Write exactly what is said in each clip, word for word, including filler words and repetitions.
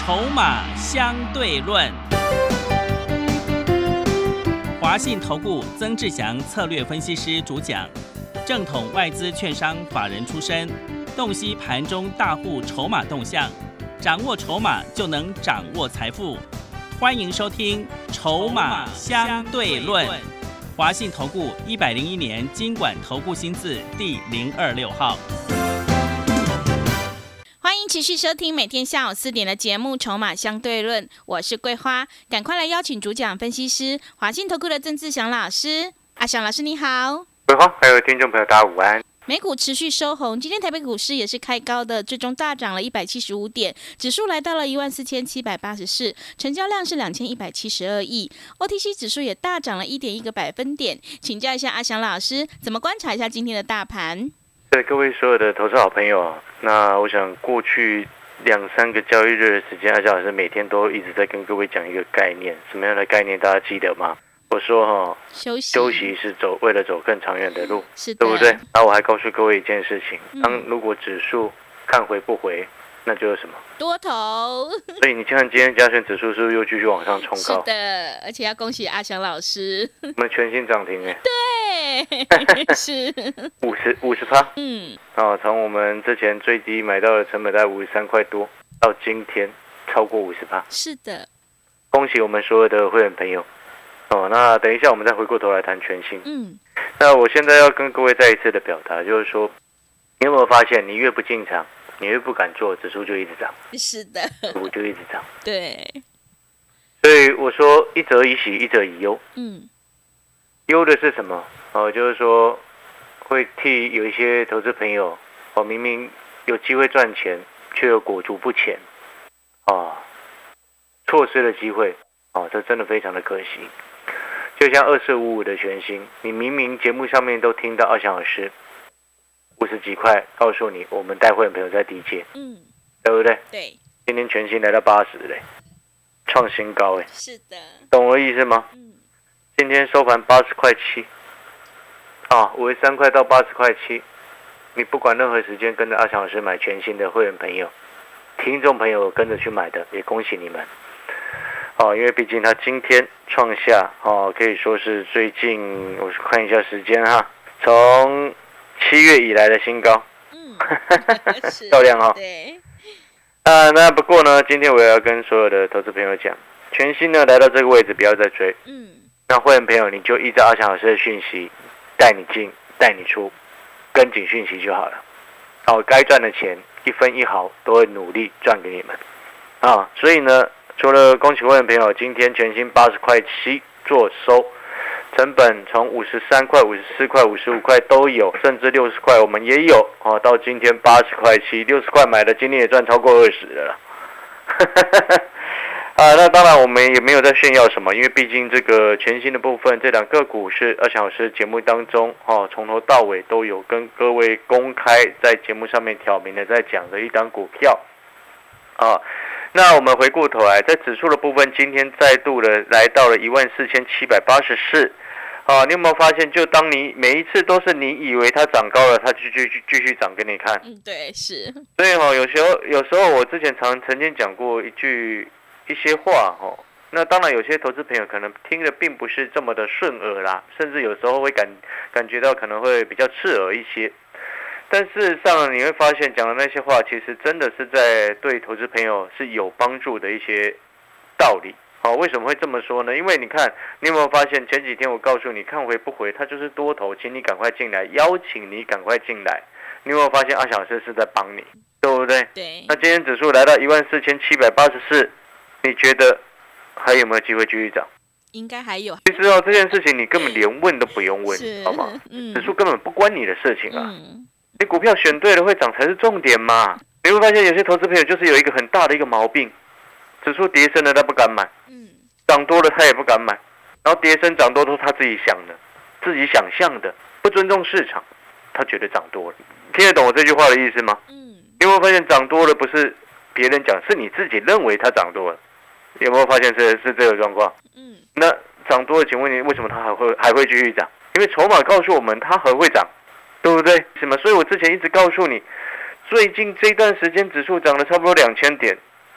筹码相对论。华信投顾曾志祥策略分析师主讲，正统外资券商法人出身，洞悉盘中大户筹码动向，掌握筹码就能掌握财富。欢迎收听《筹码相对论》。华信投顾一百零一年金管投顾新字第零二六号。 欢迎持续收听每天下午四点的节目《筹码相对论》，我是桂花，赶快来邀请主讲分析师华信投顾的曾志祥老师。阿祥老师你好。 桂花还有听众朋友大家午安。 美股持续收红，今天台北股市也是开高的，最终大涨了一百七十五点，指数来到了一万四千七百八十四，成交量是两千一百七十二亿 ，O T C 指数也大涨了一点一个百分点。请教一下阿祥老师，怎么观察一下今天的大盘？ 对各位所有的投资好朋友，那我想过去两三个交易日的时间，阿祥老师每天都一直在跟各位讲一个概念，什么样的概念大家记得吗？我说哈， 休息休息是走为了走更长远的路， 是的， 对不对？然后我还告诉各位一件事情，当如果指数看回不回，那就是什么？ 多头。 所以你看今天加权指数是不是又继续往上冲高？ 是的，而且要恭喜阿祥老师， 我们全新涨停哎， 对，是五十五十趴， 嗯， 哦，从我们之前最低买到的成本在五十三块多，到今天超过五十趴， 是的， 恭喜我们所有的会员朋友。哦，那等一下我们再回过头来谈全新。 嗯， 那我现在要跟各位再一次的表达，就是说，你有没有发现，你越不进场，你越不敢做，指数就一直涨， 是的， 股就一直涨。 对， 所以我说，一则以喜，一则以忧。 嗯， 忧的是什么？哦，就是说，会替有一些投资朋友，哦，明明有机会赚钱，却又裹足不前，哦，错失了机会，哦，这真的非常的可惜。就像二四五五的全新，你明明节目上面都听到阿翔老师五十几块，告诉你我们带会员朋友在低阶， 嗯， 对不对？ 对， 今天全新来到八十嘞，创新高哎， 是的， 懂我的意思吗？ 嗯， 今天收盘八十块七，啊，五十三块到八十块七，你不管任何时间跟着阿翔老师买全新的会员朋友、听众朋友跟着去买的，也恭喜你们。哦，因为毕竟它今天创下哦，可以说是最近我看一下时间哈，从七月以来的新高， 嗯， 漂亮哈、哦。 对， 啊，那不过呢，今天我也要跟所有的投资朋友讲，全新呢来到这个位置，不要再追。 嗯， 那会员朋友你就依照阿翔老师的讯息，带你进，带你出，跟紧讯息就好了。好、哦，该赚的钱一分一毫都会努力赚给你们啊，所以呢。除了恭喜会员朋友，今天全新八十块七做收，成本从五十三块、五十四块、五十五块都有，甚至六十块我们也有哦。到今天八十块七，六十块买的，今天也赚超过二十了。啊，那当然我们也没有在炫耀什么，因为毕竟这个全新的部分，这两个股是阿翔老师节目当中哦，从头到尾都有跟各位公开在节目上面挑明的在讲的一档股票啊。那我们回过头来，在指数的部分，今天再度的来到了一万四千七百八十四。啊，你有没有发现，就当你每一次都是你以为它涨高了，它就继续继续涨给你看。 嗯，对，是。 所以哈、哦，有时候有时候我之前常曾经讲过一句一些话哈、哦。那当然，有些投资朋友可能听的并不是这么的顺耳啦，甚至有时候会感感觉到可能会比较刺耳一些。但事实上，你会发现讲的那些话，其实真的是在对投资朋友是有帮助的一些道理。好、哦，为什么会这么说呢？因为你看，你有没有发现前几天我告诉你，看回不回，它就是多头，请你赶快进来，邀请你赶快进来。你有没有发现阿翔老师是在帮你，对不对？ 对。 那今天指数来到一万四千七百八十四，你觉得还有没有机会继续涨？ 应该还有。 其实哦，这件事情你根本连问都不用问，好吗？ 嗯， 指数根本不关你的事情啊。 嗯， 你股票选对了会涨才是重点嘛？你会发现有些投资朋友就是有一个很大的一个毛病，指数跌升了他不敢买， 嗯， 涨多了他也不敢买，然后跌升涨多都是他自己想的，自己想象的，不尊重市场，他觉得涨多了。听得懂我这句话的意思吗？ 嗯， 你有没有发现涨多了不是别人讲，是你自己认为它涨多了？有没有发现是是这个状况？ 嗯， 那涨多了，请问你为什么它还会还会继续涨？因为筹码告诉我们它还会涨，对不对？什么？所以我之前一直告诉你，最近这段时间指数涨了差不多两千点，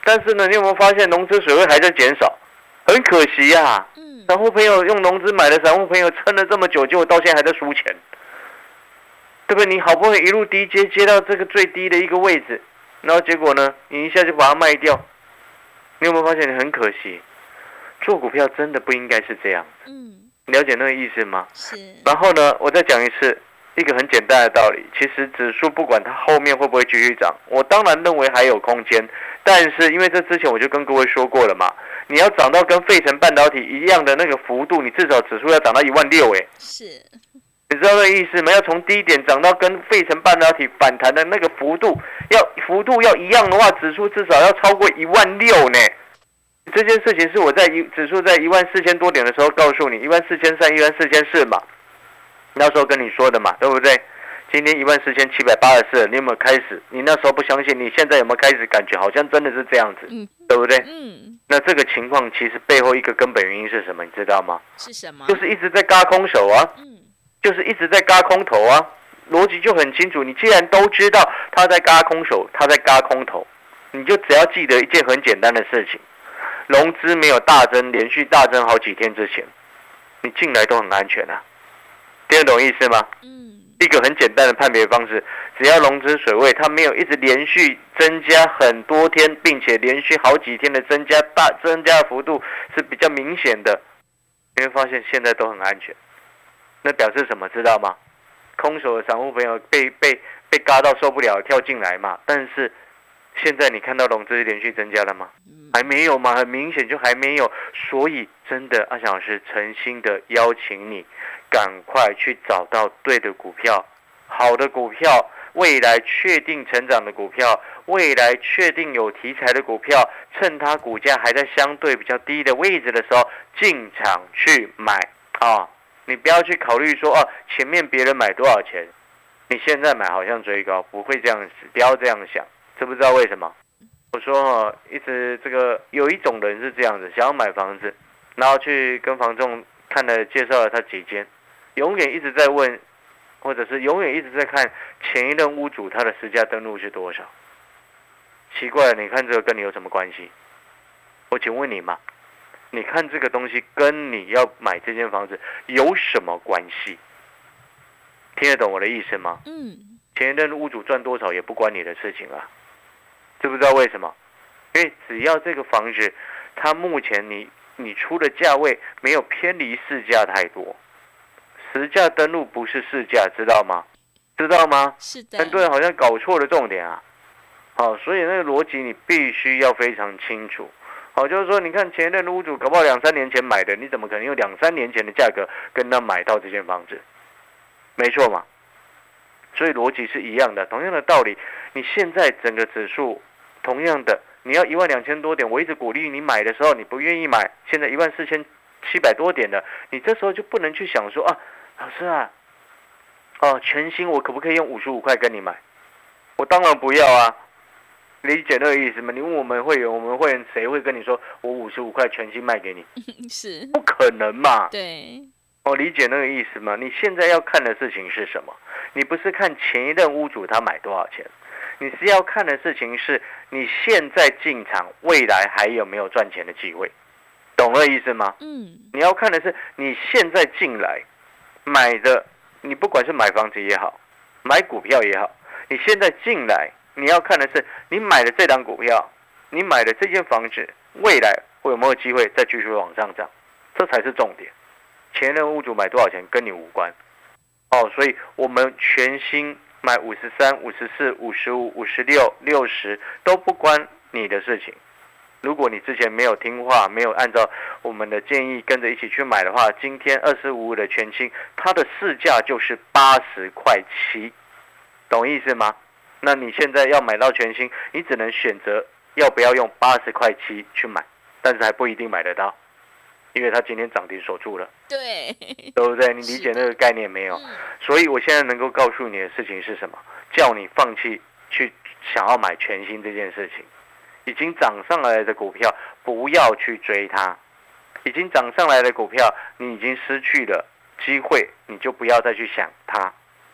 但是呢，你有没有发现融资水位还在减少？很可惜呀、啊。嗯。散户朋友用融资买的散户朋友撑了这么久，结果到现在还在输钱，对不对？你好不容易一路低接接到这个最低的一个位置，然后结果呢，你一下就把它卖掉，你有没有发现你很可惜？做股票真的不应该是这样。嗯。了解那个意思吗？是。然后呢，我再讲一次。一个很简单的道理，其实指数不管它后面会不会继续涨，我当然认为还有空间。但是因为这之前我就跟各位说过了嘛，你要涨到跟费城半导体一样的那个幅度，你至少指数要涨到一万六，哎，是，你知道这个意思吗？要从低点涨到跟费城半导体反弹的那个幅度，要幅度要一样的话，指数至少要超过一万六呢。这件事情是我在一指数在一万四千多点的时候告诉你，一万四千三、一万四千四嘛。那时候跟你说的嘛，对不对？今天一万四千七百八十四，你有没有开始？你那时候不相信，你现在有没有开始感觉好像真的是这样子？嗯，对不对？嗯。那这个情况其实背后一个根本原因是什么？你知道吗？ 是什么？ 就是一直在轧空手啊，嗯，就是一直在轧空头啊，逻辑就很清楚。你既然都知道他在轧空手，他在轧空头，你就只要记得一件很简单的事情：融资没有大增，连续大增好几天之前，你进来都很安全啊。听得懂意思吗？嗯，一个很简单的判别方式，只要融资水位它没有一直连续增加很多天，并且连续好几天的增加大增加的幅度是比较明显的，你会发现现在都很安全。那表示什么？知道吗？空手的散户朋友被被被嘎到受不了，跳进来嘛。但是现在你看到融资连续增加了吗？还没有嘛，很明显就还没有。所以真的，阿翔老师诚心的邀请你，赶快去找到对的股票，好的股票，未来确定成长的股票，未来确定有题材的股票，趁它股价还在相对比较低的位置的时候进场去买啊！你不要去考虑说哦，前面别人买多少钱，你现在买好像追高，不会这样子，不要这样想，知不知道为什么？我说哦，一直这个有一种人是这样子，想要买房子，然后去跟房仲看了介绍了他几间，永远一直在问，或者是永远一直在看前一任屋主他的实价登录是多少。奇怪了，你看这个跟你有什么关系？我请问你嘛，你看这个东西跟你要买这间房子有什么关系？听得懂我的意思吗？嗯。前一任屋主赚多少也不关你的事情啊。知不知道为什么？因为只要这个房子，它目前你你出的价位没有偏离市价太多，实价登录不是市价，知道吗？知道吗？ 是的。 很多人好像搞错了重点啊。好，所以那个逻辑你必须要非常清楚。好，就是说，你看前任的屋主搞不好两三年前买的，你怎么可能用两三年前的价格跟他买到这间房子？没错嘛。所以逻辑是一样的，同样的道理，你现在整个指数，同样的，你要一万两千多点，我一直鼓励你买的时候，你不愿意买，现在一万四千七百多点了，你这时候就不能去想说啊，老师啊，哦，全新我可不可以用五十五块跟你买？我当然不要啊，理解那个意思吗？你问我们会员，我们会员谁会跟你说我五十五块全新卖给你？ 是， 不可能嘛？ 对。 我理解那个意思吗？你现在要看的事情是什么？你不是看前一任屋主他买多少钱，你是要看的事情是你现在进场，未来还有没有赚钱的机会，懂那个意思吗？嗯。你要看的是你现在进来买的，你不管是买房子也好，买股票也好，你现在进来，你要看的是你买的这档股票，你买的这间房子，未来会有没有机会再继续往上涨，这才是重点。前任屋主买多少钱跟你无关，哦，所以我们全新买五十三、五十四、五十五、五十六、六十都不关你的事情。如果你之前没有听话，没有按照我们的建议跟着一起去买的话，今天二四五五的全新，它的市价就是八十块七，懂意思吗？那你现在要买到全新，你只能选择要不要用八十块七去买，但是还不一定买得到。因为它今天涨停锁住了， 对， 对不对？你理解那个概念没有？所以我现在能够告诉你的事情是什么？叫你放弃去想要买全新这件事情。已经涨上来的股票，不要去追它；已经涨上来的股票，你已经失去了机会，你就不要再去想它。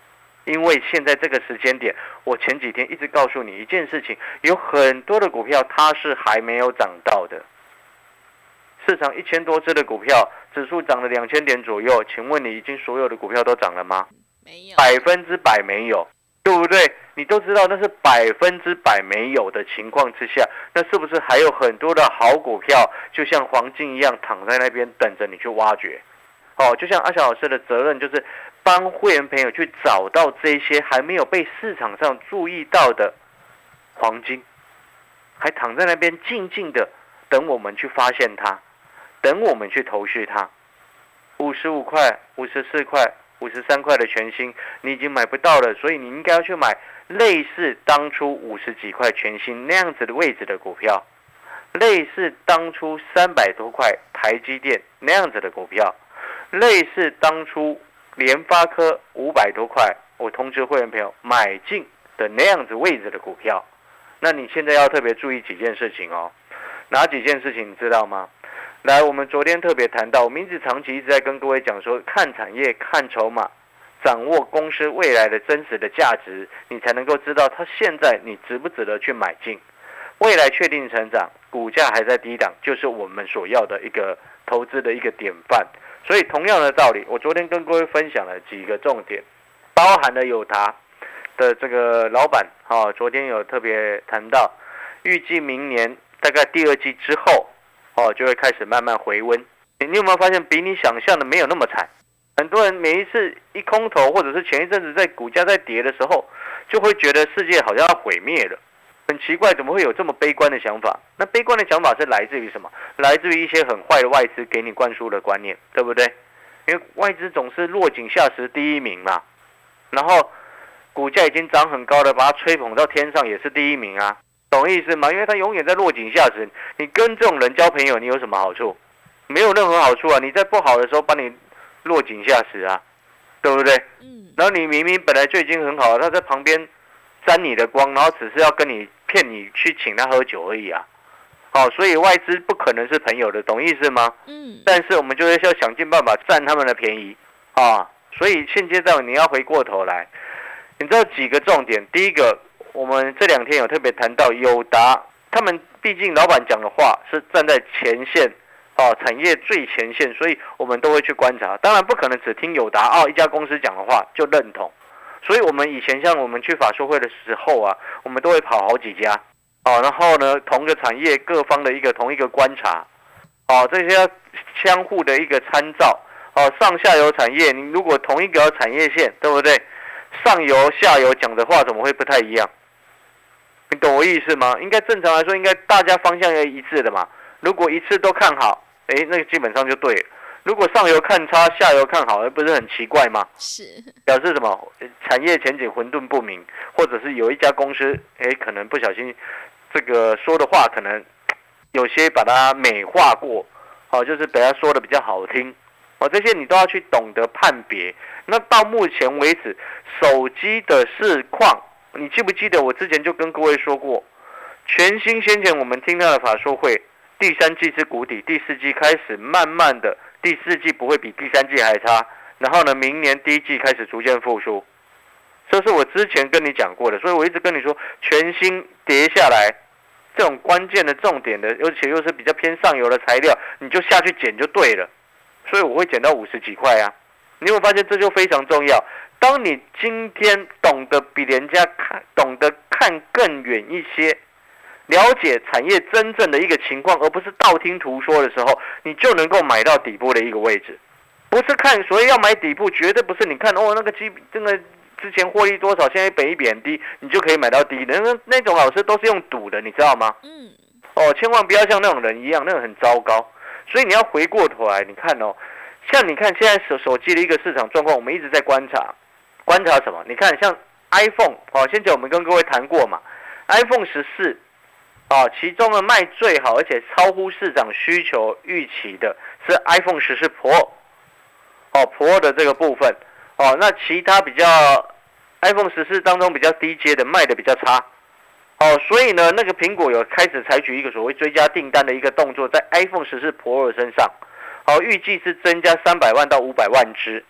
因为现在这个时间点，我前几天一直告诉你一件事情，有很多的股票它是还没有涨到的。市场一千多只的股票，指数涨了两千点左右，请问你已经所有的股票都涨了吗？ 没有， 百分之百没有，对不对？你都知道那是百分之百没有的情况之下，那是不是还有很多的好股票，就像黄金一样躺在那边等着你去挖掘？哦，就像阿翔老师的责任就是帮会员朋友去找到这些还没有被市场上注意到的黄金，还躺在那边静静的等我们去发现它，等我们去投资它。五十五块、五十四块、五十三块的全新，你已经买不到了，所以你应该要去买类似当初五十几块全新那样子的位置的股票，类似当初三百多块台积电那样子的股票，类似当初联发科五百多块，我通知会员朋友买进的那样子位置的股票。那你现在要特别注意几件事情哦，哪几件事情你知道吗？来，我们昨天特别谈到，我们一直长期一直在跟各位讲说，看产业、看筹码，掌握公司未来的真实的价值，你才能够知道它现在你值不值得去买进。未来确定成长，股价还在低档，就是我们所要的一个投资的一个典范。所以同样的道理，我昨天跟各位分享了几个重点，包含了友达的这个老板，哦，昨天有特别谈到，预计明年大概第二季之后，哦，就会开始慢慢回温。你有没有发现，比你想象的没有那么惨？很多人每一次一空头，或者是前一阵子在股价在跌的时候，就会觉得世界好像要毁灭了。很奇怪，怎么会有这么悲观的想法？那悲观的想法是来自于什么？来自于一些很坏的外资给你灌输的观念，对不对？因为外资总是落井下石第一名嘛，然后股价已经涨很高了，把它吹捧到天上也是第一名啊，懂意思吗？因为他永远在落井下石。你跟这种人交朋友，你有什么好处？没有任何好处啊！你在不好的时候把你落井下石啊，对不对？嗯。然后你明明本来就已经很好了，他在旁边沾你的光，然后只是要跟你骗你去请他喝酒而已啊。好，所以外资不可能是朋友的，懂意思吗？嗯。但是我们就是要想尽办法占他们的便宜啊。所以现阶段你要回过头来，你知道几个重点？第一个，我们这两天有特别谈到友达，他们毕竟老板讲的话是站在前线。哦，产业最前线，所以我们都会去观察。当然不可能只听友达哦一家公司讲的话就认同，所以我们以前像我们去法说会的时候啊，我们都会跑好几家哦，然后呢，同个产业各方的一个同一个观察，哦，这些相互的一个参照，哦，上下游产业，你如果同一个产业线，对不对？上游下游讲的话怎么会不太一样？你懂我意思吗？应该正常来说，应该大家方向要一致的嘛。如果一次都看好，哎，那个基本上就对了。如果上游看差，下游看好，不是很奇怪吗？ 是表示什么？产业前景混沌不明，或者是有一家公司，哎，可能不小心这个说的话，可能有些把它美化过，哦，就是把它说的比较好听，哦，这些你都要去懂得判别。那到目前为止，手机的市况，你记不记得我之前就跟各位说过，全新先前我们听到的法说会。第三季是谷底，第四季开始慢慢的，第四季不会比第三季还差，然后呢，明年第一季开始逐渐复苏，这是我之前跟你讲过的，所以我一直跟你说，全新跌下来，这种关键的重点的，而且又是比较偏上游的材料，你就下去捡就对了，所以我会捡到五十几块啊，你有没有发现这就非常重要？当你今天懂得比人家看，懂得看更远一些。了解产业真正的一个情况，而不是道听途说的时候，你就能够买到底部的一个位置。不是看，所以要买底部，绝对不是你看哦，那个基那个之前获利多少，现在本益比很低，你就可以买到低的。那那种老师都是用赌的，你知道吗？嗯。哦，千万不要像那种人一样，那种很糟糕。所以你要回过头来，你看哦，像你看现在手手机的一个市场状况，我们一直在观察，观察什么？你看像 iPhone 哦，先前我们跟各位谈过嘛 ，iPhone 十四。哦，其中的卖最好，而且超乎市场需求预期的是 iPhone 十四 Pro， 哦 Pro 的这个部分，哦，那其他比较 iPhone 十四当中比较低阶的卖的比较差，哦，所以呢，那个苹果有开始采取一个所谓追加订单的一个动作，在 iPhone 十四 Pro 身上，哦，预计是增加三百万到五百万只，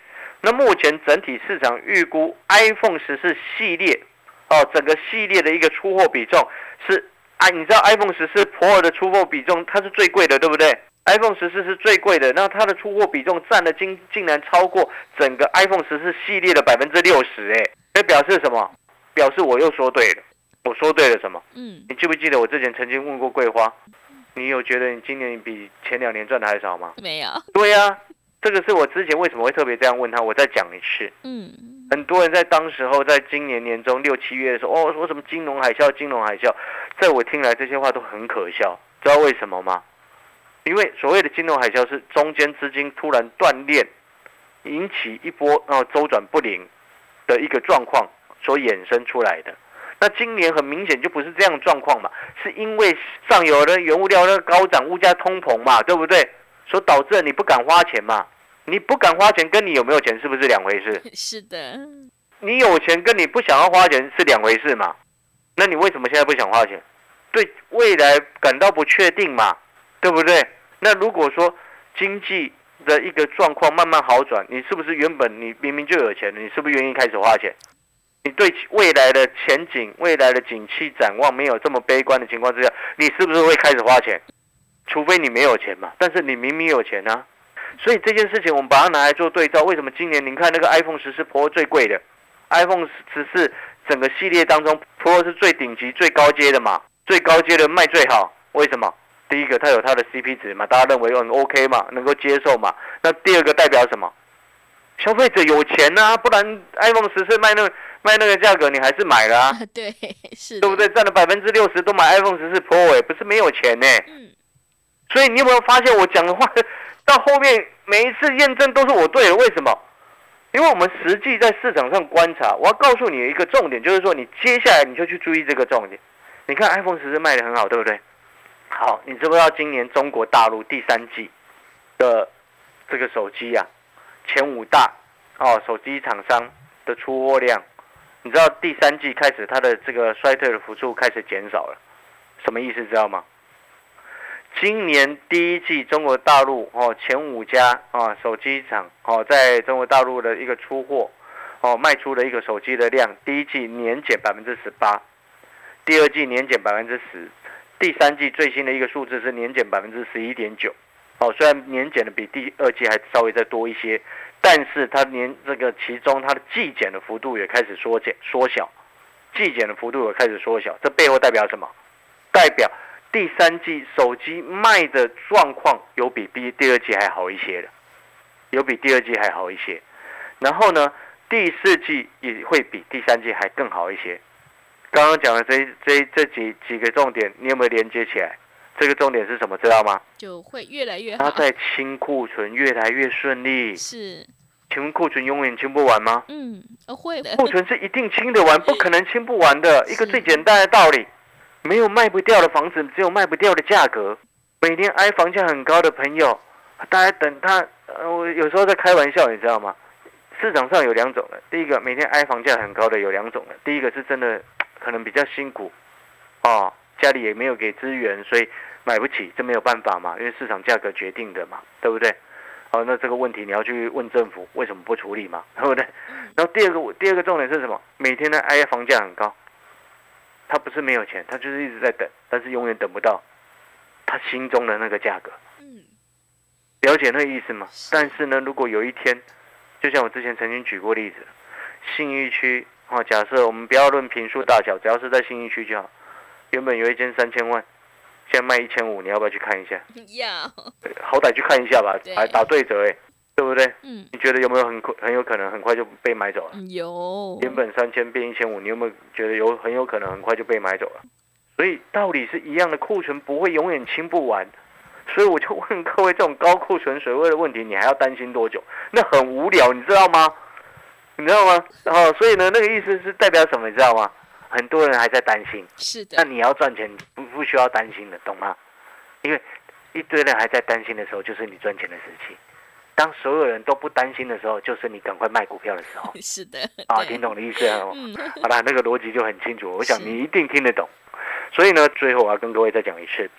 那目前整体市场预估 iPhone 十四系列哦，整个系列的一个出货比重是啊，你知道 iPhone 十四 Pro 的出货比重它是最贵的，对不对？iPhone 十四是最贵的，那它的出货比重占了竟竟然超过整个 iPhone 十四系列的百分之六十，哎，这表示什么？表示我又说对了。我说对了什么？嗯，你记不记得我之前曾经问过桂花，你有觉得你今年比前两年赚的还少吗？ 没有。 对呀、啊，这个是我之前为什么会特别这样问他，我再讲一次。嗯，很多人在当时候，在今年年中六七月的时候，哦，说什么金融海啸，金融海啸，在我听来这些话都很可笑，知道为什么吗？因为所谓的金融海啸是中间资金突然断裂，引起一波哦周转不灵的一个状况所衍生出来的。那今年很明显就不是这样的状况嘛，是因为上游的原物料的高涨，物价通膨嘛，对不对？所导致了你不敢花钱嘛。你不敢花钱跟你有没有钱是不是两回事？ 是的。 你有钱跟你不想要花钱是两回事嘛。那你为什么现在不想花钱？对未来感到不确定嘛，对不对？那如果说经济的一个状况慢慢好转，你是不是原本你明明就有钱，你是不是愿意开始花钱？你对未来的前景、未来的景气展望没有这么悲观的情况之下，你是不是会开始花钱？除非你没有钱嘛，但是你明明有钱啊。所以这件事情我们把它拿来做对照，为什么今年您看那个 iPhone 十四 Pro 最贵的 ，iPhone 十四整个系列当中 Pro 是最顶级、最高阶的嘛，最高阶的卖最好，为什么？第一个它有它的 C P 值嘛，大家认为很 OK 嘛，能够接受嘛。那第二个代表什么？消费者有钱啊，不然 iPhone 十四卖那个卖那个价格，你还是买了啊？ 对，是， 对不对？占了百分之六十都买 iPhone 十四 Pro， 哎，不是没有钱呢。嗯。所以你有没有发现我讲的话到后面每一次验证都是我对的？为什么？因为我们实际在市场上观察，我要告诉你一个重点，就是说你接下来你就去注意这个重点。你看 iPhone 十四卖得很好，对不对？好，你知不知道今年中国大陆第三季的这个手机啊，前五大哦手机厂商的出货量，你知道第三季开始它的这个衰退的幅度开始减少了，什么意思知道吗？今年第一季中国大陆哦前五家啊手机厂哦在中国大陆的一个出货哦卖出的一个手机的量，第一季年减百分之十八，第二季年减百分之十，第三季最新的一个数字是年减百分之十一点九。哦，虽然年减的比第二季还稍微再多一些，但是它年这个其中它的季减的幅度也开始缩减缩小，季减的幅度也开始缩小，这背后代表什么？代表第三季手机卖的状况有比第第二季还好一些了，有比第二季还好一些。然后呢，第四季也会比第三季还更好一些。刚刚讲的这这这几几个重点，你有没有连接起来？这个重点是什么？知道吗？ 就会越来越好。 它在清库存越来越顺利。 是。 请问库存永远清不完吗？ 嗯，会的。 库存是一定清得完，不可能清不完的。一个最简单的道理。没有卖不掉的房子，只有卖不掉的价格。每天挨房价很高的朋友，大家等他，呃，我有时候在开玩笑，你知道吗？市场上有两种人，第一个每天挨房价很高的有两种人，第一个是真的可能比较辛苦，哦，家里也没有给资源，所以买不起，这没有办法嘛，因为市场价格决定的嘛，对不对？哦，那这个问题你要去问政府为什么不处理嘛，对不对？然后第二个第二个重点是什么？每天的挨房价很高。他不是没有钱，他就是一直在等，但是永远等不到他心中的那个价格。嗯，了解那个意思吗？但是呢，如果有一天，就像我之前曾经举过例子，信义区哦，假设我们不要论坪数大小，只要是在信义区就好。原本有一间三千万，现在卖一千五，你要不要去看一下？ 要， 好歹去看一下吧，还打对折哎、欸。对不对？ 嗯， 你觉得有没有很很有可能很快就被买走了？ 有， 原本三千变一千五，你有没有觉得有很有可能很快就被买走了？所以道理是一样的，库存不会永远清不完。所以我就问各位，这种高库存水位的问题，你还要担心多久？那很无聊，你知道吗？你知道吗？哦，所以呢，那个意思是代表什么？你知道吗？很多人还在担心。 是的。 那你要赚钱，不不需要担心的，懂吗？因为一堆人还在担心的时候，就是你赚钱的时期。当所有人都不担心的时候，就是你赶快卖股票的时候。 是的， 啊，听懂的意思哦。 嗯、 好啦，那个逻辑就很清楚，我想你一定听得懂。所以呢，最后我要跟各位再讲一次，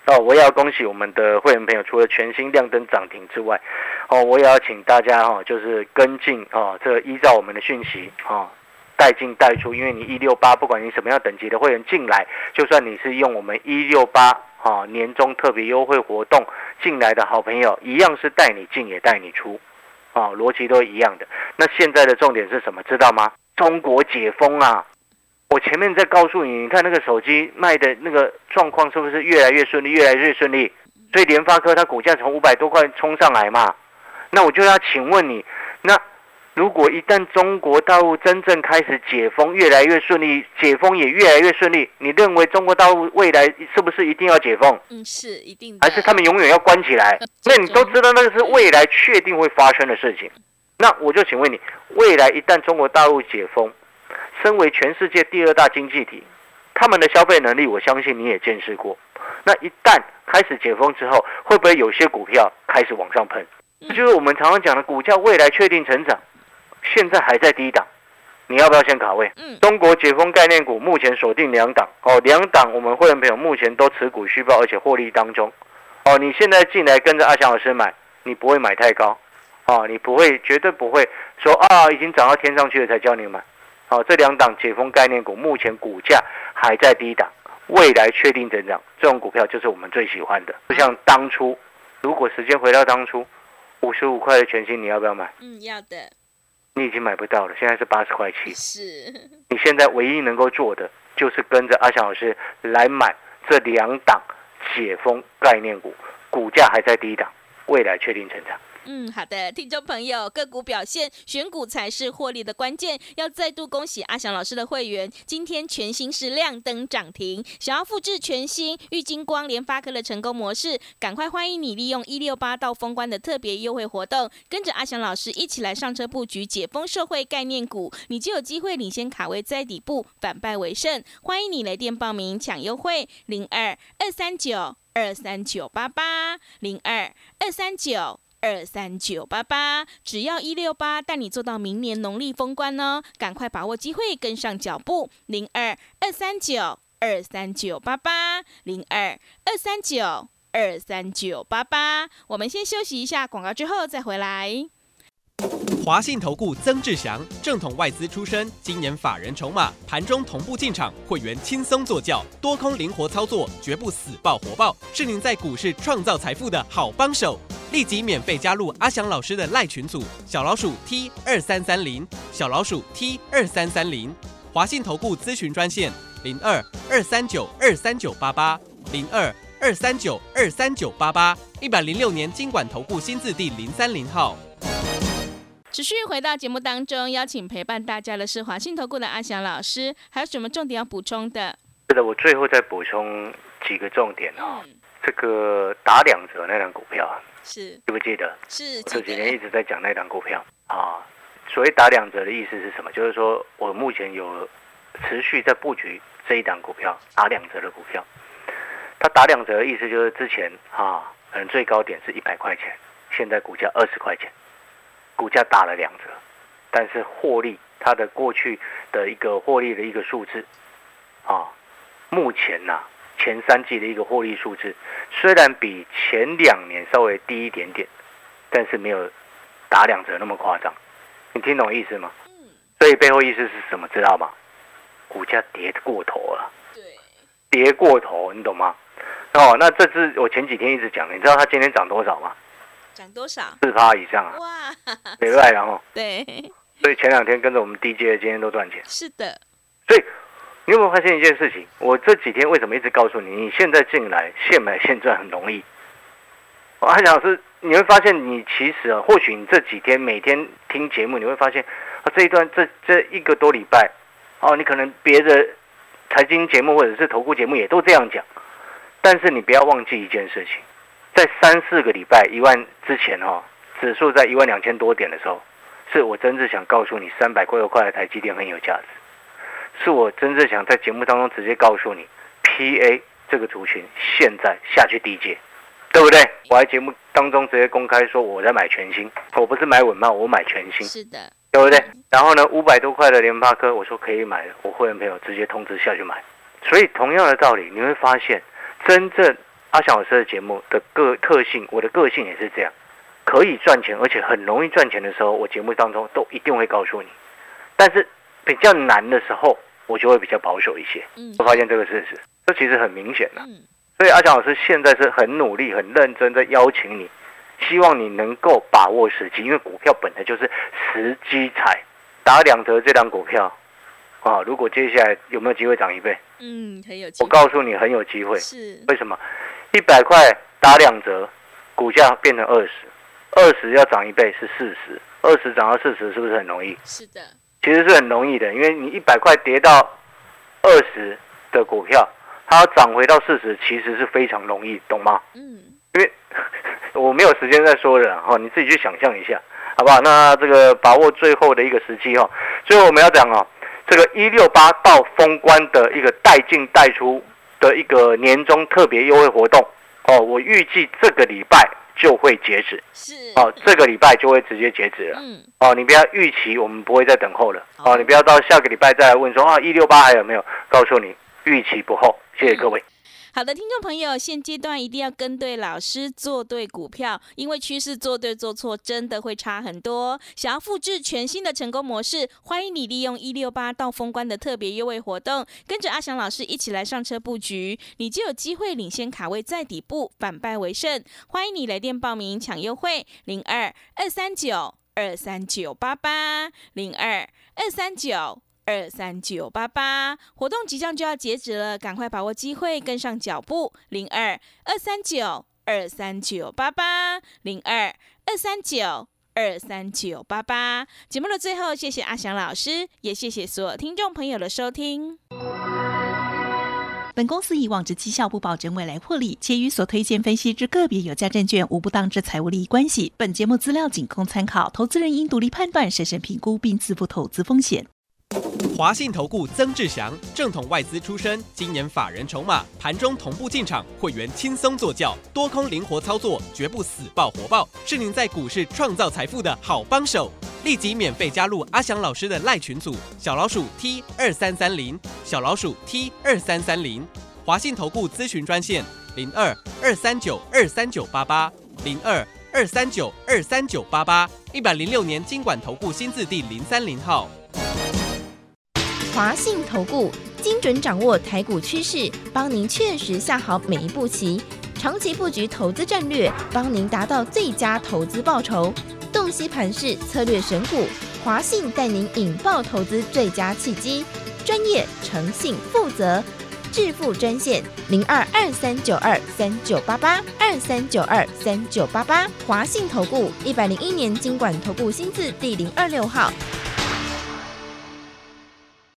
哦，我也要恭喜我们的会员朋友，除了全新亮灯涨停之外，哦，我也要请大家哈、哦，就是跟进哦，这依照我们的讯息哦，带进带出，因为你一六八，不管你什么样等级的会员进来，就算你是用我们一六八啊年终特别优惠活动进来的好朋友，一样是带你进也带你出，啊、哦，逻辑都一样的。那现在的重点是什么？知道吗？中国解封啊！我前面在告诉你，你看那个手机卖的那个状况是不是越来越顺利，越来越顺利？所以联发科它股价从五百多块冲上来嘛。那我就要请问你，那如果一旦中国大陆真正开始解封，越来越顺利，解封也越来越顺利，你认为中国大陆未来是不是一定要解封？ 嗯，是一定的。 还是他们永远要关起来？那你都知道那个是未来确定会发生的事情。那我就请问你，未来一旦中国大陆解封，身为全世界第二大经济体，他们的消费能力，我相信你也见识过。那一旦开始解封之后，会不会有些股票开始往上喷？这就是我们常常讲的股价未来确定成长，现在还在低档，你要不要先卡位？ 嗯， 中国解封概念股目前锁定两档哦，两档我们会员朋友目前都持股续报，而且获利当中。哦，你现在进来跟着阿翔老师买，你不会买太高，哦，你不会，绝对不会说啊已经涨到天上去了才教你买。哦，这两档解封概念股目前股价还在低档，未来确定增长，这种股票就是我们最喜欢的。就像当初，如果时间回到当初，五十五块的全新，你要不要买？ 嗯，要的。 你已经买不到了，现在是八十块七。 是。 你现在唯一能够做的，就是跟着阿翔老师来买这两档解封概念股，股价还在低档，未来确定成长。 嗯，好的，听众朋友，个股表现，选股才是获利的关键。要再度恭喜阿翔老师的会员，今天全新是亮灯涨停。想要复制全新玉晶光、联发科的成功模式，赶快欢迎你利用一六八到封关的特别优惠活动，跟着阿翔老师一起来上车布局解封社会概念股，你就有机会领先卡位在底部，反败为胜。欢迎你来电报名抢优惠，零二二三九二三九八八零二二三九。二三九八八，只要一六八，带你做到明年农历封关哦！赶快把握机会，跟上脚步。零二二三九二三九八八，零二二三九二三九八八。我们先休息一下，广告之后再回来。 华信投顾曾志祥，正统外资出身，今年法人筹码，盘中同步进场，会员轻松做教，多空灵活操作，绝不死抱活抱，是您在股市创造财富的好帮手。立即免费加入阿翔老师的赖群组，小老鼠 T 二三三零，小老鼠 T 二三三零，华信投顾咨询专线零二二三九二三九八八零二二三九二三九八八，一百零六年金管投顾新字第零三零号。 持续回到节目当中，邀请陪伴大家的是华信投顾的阿翔老师，还有什么重点要补充的？ 是的，我最后再补充几个重点哦。嗯、这个打两折那档股票， 是记不记得？ 是这几年一直在讲那档股票啊。所谓打两折的意思是什么？就是说我目前有持续在布局这一档股票，打两折的股票。它打两折的意思就是之前啊，可能最高点是一百块钱，现在股价二十块钱。股价打了两折，但是获利，它的过去的一个获利的一个数字，啊，目前呐、啊，前三季的一个获利数字，虽然比前两年稍微低一点点，但是没有打两折那么夸张。你听懂意思吗？所以背后意思是什么？知道吗？股价跌过头了，对，跌过头，你懂吗？哦，那这是我前几天一直讲的，你知道它今天涨多少吗？ 涨多少？ 四趴以上啊！ 哇， 对不对？然后对， 所以前两天跟着我们 D J 的，今天都赚钱。 是的。 所以你有没有发现一件事情？我这几天为什么一直告诉你，你现在进来现买现赚很容易？我还想是你会发现，你其实啊，或许你这几天每天听节目，你会发现啊，这一段这这一个多礼拜，哦，你可能别的财经节目或者是投顾节目也都这样讲，但是你不要忘记一件事情。在三四个礼拜一万之前哈、哦，指数在一万两千多点的时候，是我真正想告诉你三百多块的台积电很有价值，是我真正想在节目当中直接告诉你 P A 这个族群现在下去低阶，对不对？我在节目当中直接公开说我在买全新，我不是买稳茂，我买全新， 是的， 对不对？然后呢，五百多块的联发科，我说可以买，我会员朋友直接通知下去买。所以同样的道理，你会发现真正阿翔老师的节目的个特性，我的个性也是这样，可以赚钱而且很容易赚钱的时候，我节目当中都一定会告诉你，但是比较难的时候，我就会比较保守一些。嗯，我发现这个事实，这其实很明显的。嗯，所以阿翔老师现在是很努力、很认真在邀请你，希望你能够把握时机，因为股票本来就是时机财。打两折这档股票，啊，如果接下来有没有机会涨一倍？ 嗯，很有机会。 我告诉你，很有机会。 是为什么？一百块打两折，股价变成二十，二十要涨一倍是四十，二十涨到四十，是不是很容易？ 是的， 其实是很容易的，因为你一百块跌到二十的股票，它要涨回到四十，其实是非常容易，懂吗？嗯，因为我没有时间再说了哈，你自己去想象一下。好不好？那这个把握最后的一个时机哦。最后我们要讲哦，这个一六八到封关的一个带进带出的一个年终特别优惠活动哦，我预计这个礼拜就会截止。是哦，这个礼拜就会直接截止了。嗯。哦，你不要预期我们不会再等候了。哦，你不要到下个礼拜再来问说啊一六八还有没有？告诉你，预期不候。谢谢各位。 好的，听众朋友，现阶段一定要跟对老师，做对股票，因为趋势做对做错真的会差很多。想要复制全新的成功模式，欢迎你利用一六八到封关的特别优惠活动，跟着阿翔老师一起来上车布局，你就有机会领先卡位在底部，反败为胜。欢迎你来电报名抢优惠，零二二三九二三九八八零二二三九。二三九八八活动即将就要截止了，赶快把握机会，跟上脚步。零二二三九二三九八八零二二三九二三九八八。节目的最后，谢谢阿翔老师，也谢谢所有听众朋友的收听。 本公司以往之绩效不保证未来获利，且与所推荐分析之个别有价证券无不当之财务利益关系。本节目资料仅供参考，投资人应独立判断、审慎评估并自负投资风险。 华信投顾曾志祥，正统外资出身，今年法人筹码，盘中同步进场，会员轻松做教，多空灵活操作，绝不死抱活抱，是您在股市创造财富的好帮手。立即免费加入阿翔老师的赖群组，小老鼠 T 二三三零，小老鼠 T 二三三零。华信投顾咨询专线零二二三九二三九八八零二二三九二三九八八，一百零六年金管投顾新字第零三零号。 华信投顾精准掌握台股趋势，帮您确实下好每一步棋，长期布局投资战略，帮您达到最佳投资报酬。洞悉盘势，策略选股，华信带您引爆投资最佳契机，专业、诚信、负责。致富专线零二二三九二三九八八二三九二三九八八，华信投顾一百零一年金管投顾新字第零二六号。